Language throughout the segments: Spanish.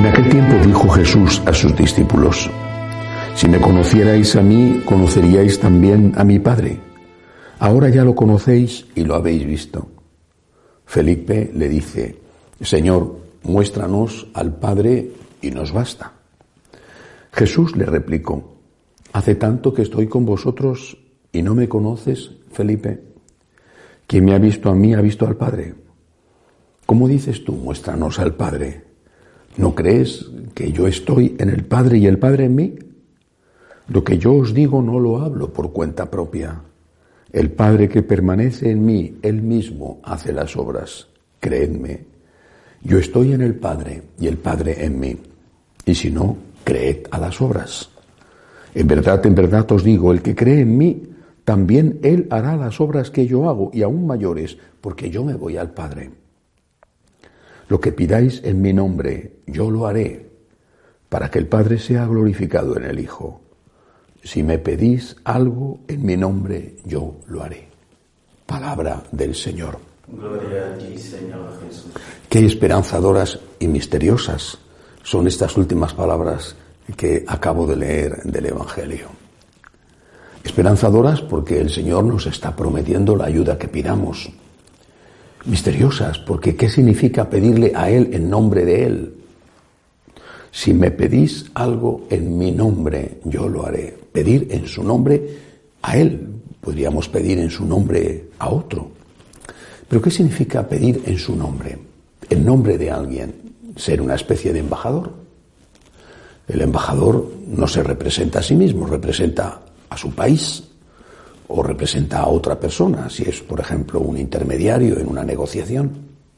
aquel tiempo dijo Jesús a sus discípulos: si me conocierais a mí, conoceríais también a mi Padre. Ahora ya lo conocéis y lo habéis visto. Felipe le dice: Señor, muéstranos al Padre y nos basta. Jesús le replicó: ¿hace tanto que estoy con vosotros y no me conoces, Felipe? Quien me ha visto a mí ha visto al Padre. ¿Cómo dices tú, muéstranos al Padre? ¿No crees que yo estoy en el Padre y el Padre en mí? Lo que yo os digo no lo hablo por cuenta propia. El Padre que permanece en mí, Él mismo hace las obras. Creedme, yo estoy en el Padre y el Padre en mí. Y si no, creed a las obras. En verdad os digo, el que cree en mí, también Él hará las obras que yo hago, y aún mayores, porque yo me voy al Padre. Lo que pidáis en mi nombre, yo lo haré, para que el Padre sea glorificado en el Hijo. Si me pedís algo en mi nombre, yo lo haré. Palabra del Señor. Gloria a ti, Señor Jesús. Qué esperanzadoras y misteriosas son estas últimas palabras que acabo de leer del Evangelio. Esperanzadoras porque el Señor nos está prometiendo la ayuda que pidamos. Misteriosas porque ¿qué significa pedirle a Él en nombre de Él? Si me pedís algo en mi nombre, yo lo haré. Pedir en su nombre a Él. Podríamos pedir en su nombre a otro. Pero ¿qué significa pedir en su nombre? En nombre de alguien. Ser una especie de embajador. El embajador no se representa a sí mismo, representa a su país o representa a otra persona, si es, por ejemplo, un intermediario en una negociación.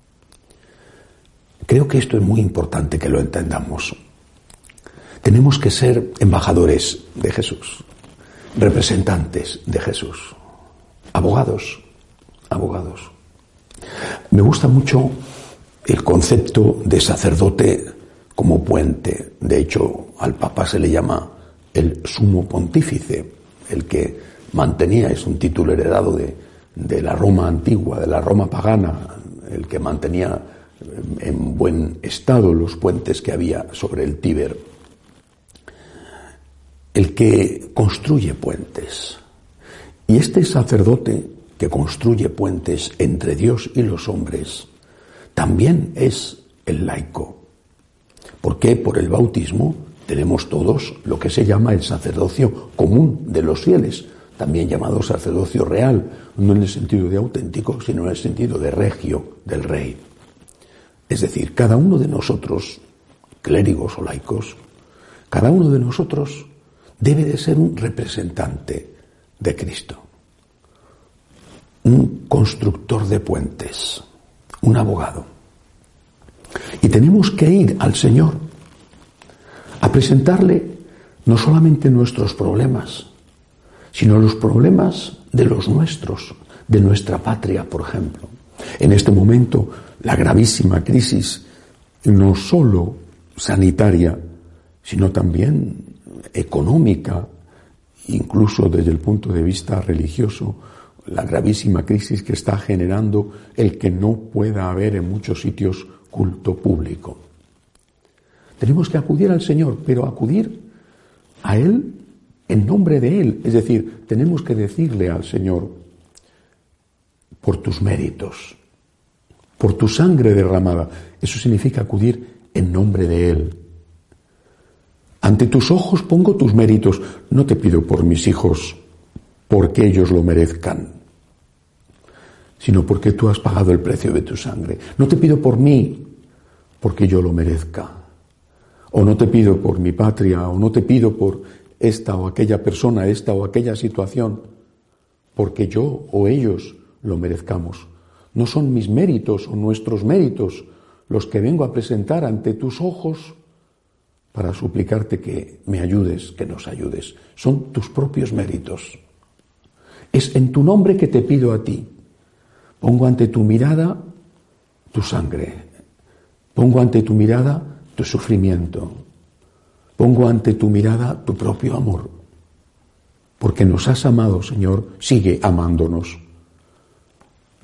Creo que esto es muy importante que lo entendamos. Tenemos que ser embajadores de Jesús, representantes de Jesús, abogados. Me gusta mucho el concepto de sacerdote como puente. De hecho, al Papa se le llama el sumo pontífice, el que mantenía, es un título heredado de la Roma antigua, de la Roma pagana, el que mantenía en buen estado los puentes que había sobre el Tíber. El que construye puentes. Y este sacerdote que construye puentes entre Dios y los hombres también es el laico. Porque por el bautismo tenemos todos lo que se llama el sacerdocio común de los fieles, también llamado sacerdocio real, no en el sentido de auténtico, sino en el sentido de regio, del rey. Es decir, cada uno de nosotros, clérigos o laicos, cada uno de nosotros debe de ser un representante de Cristo, un constructor de puentes, un abogado. Y tenemos que ir al Señor a presentarle no solamente nuestros problemas, sino los problemas de los nuestros, de nuestra patria, por ejemplo. En este momento, la gravísima crisis, no solo sanitaria, sino también económica, incluso desde el punto de vista religioso, la gravísima crisis que está generando el que no pueda haber en muchos sitios culto público. Tenemos que acudir al Señor, pero acudir a Él en nombre de Él. Es decir, tenemos que decirle al Señor: por tus méritos, por tu sangre derramada. Eso significa acudir en nombre de Él. Ante tus ojos pongo tus méritos. No te pido por mis hijos porque ellos lo merezcan, sino porque tú has pagado el precio de tu sangre. No te pido por mí porque yo lo merezca. O no te pido por mi patria, o no te pido por esta o aquella persona, esta o aquella situación, porque yo o ellos lo merezcamos. No son mis méritos o nuestros méritos los que vengo a presentar ante tus ojos para suplicarte que me ayudes, que nos ayudes. Son tus propios méritos. Es en tu nombre que te pido a ti. Pongo ante tu mirada tu sangre. Pongo ante tu mirada tu sufrimiento. Pongo ante tu mirada tu propio amor. Porque nos has amado, Señor, sigue amándonos.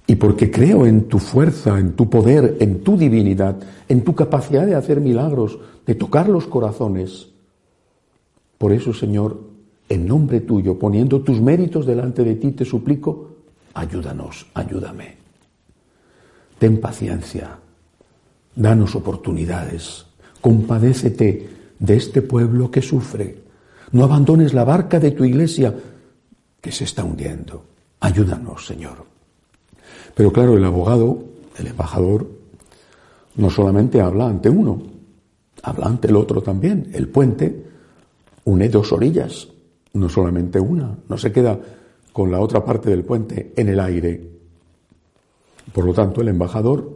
y porque creo en tu fuerza, en tu poder, en tu divinidad, en tu capacidad de hacer milagros, de tocar los corazones. Por eso, Señor, en nombre tuyo, poniendo tus méritos delante de ti, te suplico, ayúdanos, ayúdame. Ten paciencia, danos oportunidades, compadécete de este pueblo que sufre. No abandones la barca de tu iglesia que se está hundiendo. Ayúdanos, Señor. Pero claro, el abogado, el embajador, no solamente habla ante uno, habla ante el otro también. El puente une dos orillas, no solamente una, no se queda con la otra parte del puente en el aire. Por lo tanto, el embajador,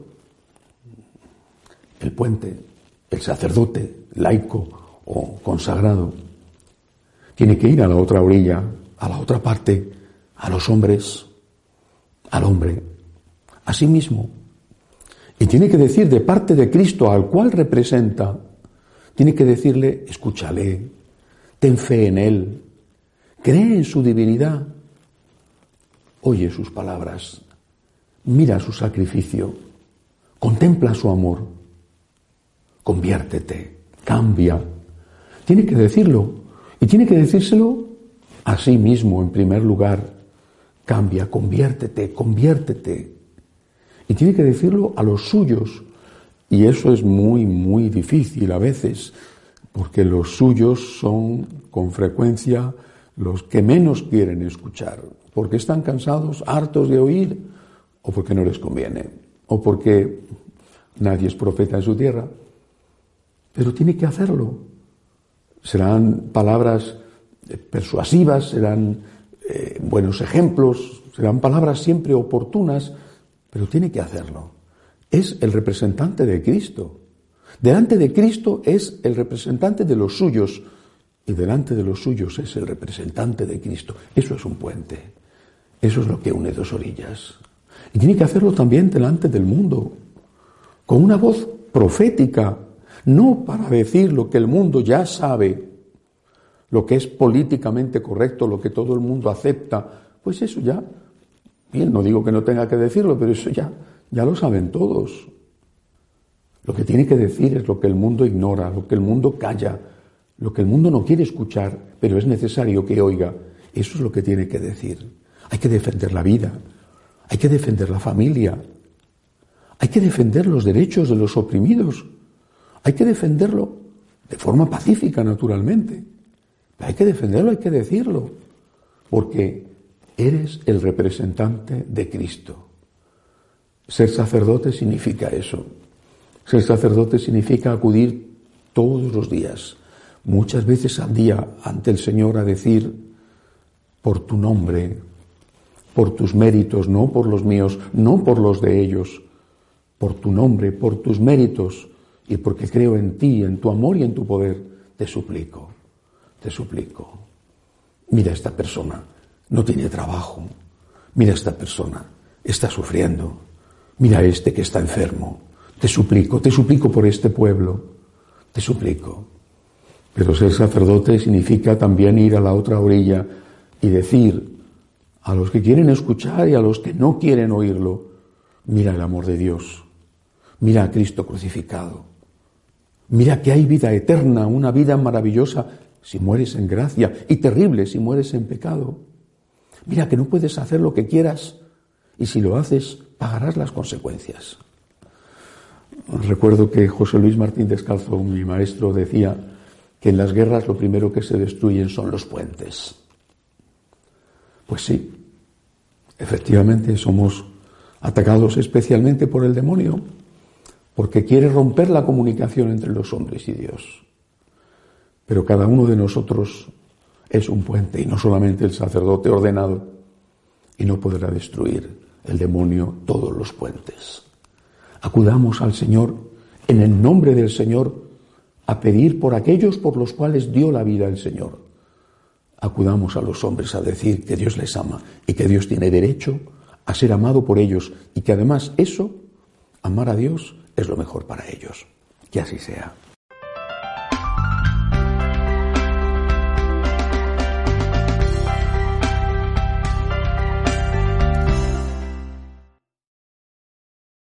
el puente, el sacerdote, laico o consagrado, tiene que ir a la otra orilla, a la otra parte, a los hombres, al hombre, a sí mismo. Y tiene que decir de parte de Cristo, al cual representa, tiene que decirle, escúchale, ten fe en Él, cree en su divinidad, oye sus palabras, mira su sacrificio, contempla su amor, conviértete, cambia. Tiene que decirlo, y tiene que decírselo a sí mismo en primer lugar. Cambia, conviértete, conviértete. Y tiene que decirlo a los suyos. Y eso es muy, muy difícil a veces, porque los suyos son con frecuencia los que menos quieren escuchar, porque están cansados, hartos de oír, o porque no les conviene, o porque nadie es profeta en su tierra. Pero tiene que hacerlo. Serán palabras persuasivas, serán buenos ejemplos, serán palabras siempre oportunas, pero tiene que hacerlo. Es el representante de Cristo. Delante de Cristo es el representante de los suyos, y delante de los suyos es el representante de Cristo. Eso es un puente. Eso es lo que une dos orillas. Y tiene que hacerlo también delante del mundo, con una voz profética, no para decir lo que el mundo ya sabe, lo que es políticamente correcto, lo que todo el mundo acepta. Pues eso ya, bien, no digo que no tenga que decirlo, pero eso ya lo saben todos. Lo que tiene que decir es lo que el mundo ignora, lo que el mundo calla, lo que el mundo no quiere escuchar, pero es necesario que oiga. Eso es lo que tiene que decir. Hay que defender la vida, hay que defender la familia, hay que defender los derechos de los oprimidos, hay que defenderlo de forma pacífica, naturalmente. Pero hay que defenderlo, hay que decirlo, porque eres el representante de Cristo. Ser sacerdote significa eso. Ser sacerdote significa acudir todos los días, muchas veces al día, ante el Señor a decir, por tu nombre, por tus méritos, no por los míos, no por los de ellos, por tu nombre, por tus méritos, y porque creo en ti, en tu amor y en tu poder, te suplico. Mira, esta persona no tiene trabajo. Mira, esta persona está sufriendo. Mira este que está enfermo. Te suplico por este pueblo. Te suplico. Pero ser sacerdote significa también ir a la otra orilla y decir a los que quieren escuchar y a los que no quieren oírlo, mira el amor de Dios. Mira a Cristo crucificado. Mira que hay vida eterna, una vida maravillosa si mueres en gracia y terrible si mueres en pecado. Mira que no puedes hacer lo que quieras y si lo haces pagarás las consecuencias. Recuerdo que José Luis Martín Descalzo, mi maestro, decía que en las guerras lo primero que se destruyen son los puentes. Pues sí, efectivamente somos atacados especialmente por el demonio, porque quiere romper la comunicación entre los hombres y Dios. Pero cada uno de nosotros es un puente, y no solamente el sacerdote ordenado, y no podrá destruir el demonio todos los puentes. Acudamos al Señor en el nombre del Señor a pedir por aquellos por los cuales dio la vida el Señor. Acudamos a los hombres a decir que Dios les ama y que Dios tiene derecho a ser amado por ellos y que además eso, amar a Dios, es lo mejor para ellos. Que así sea.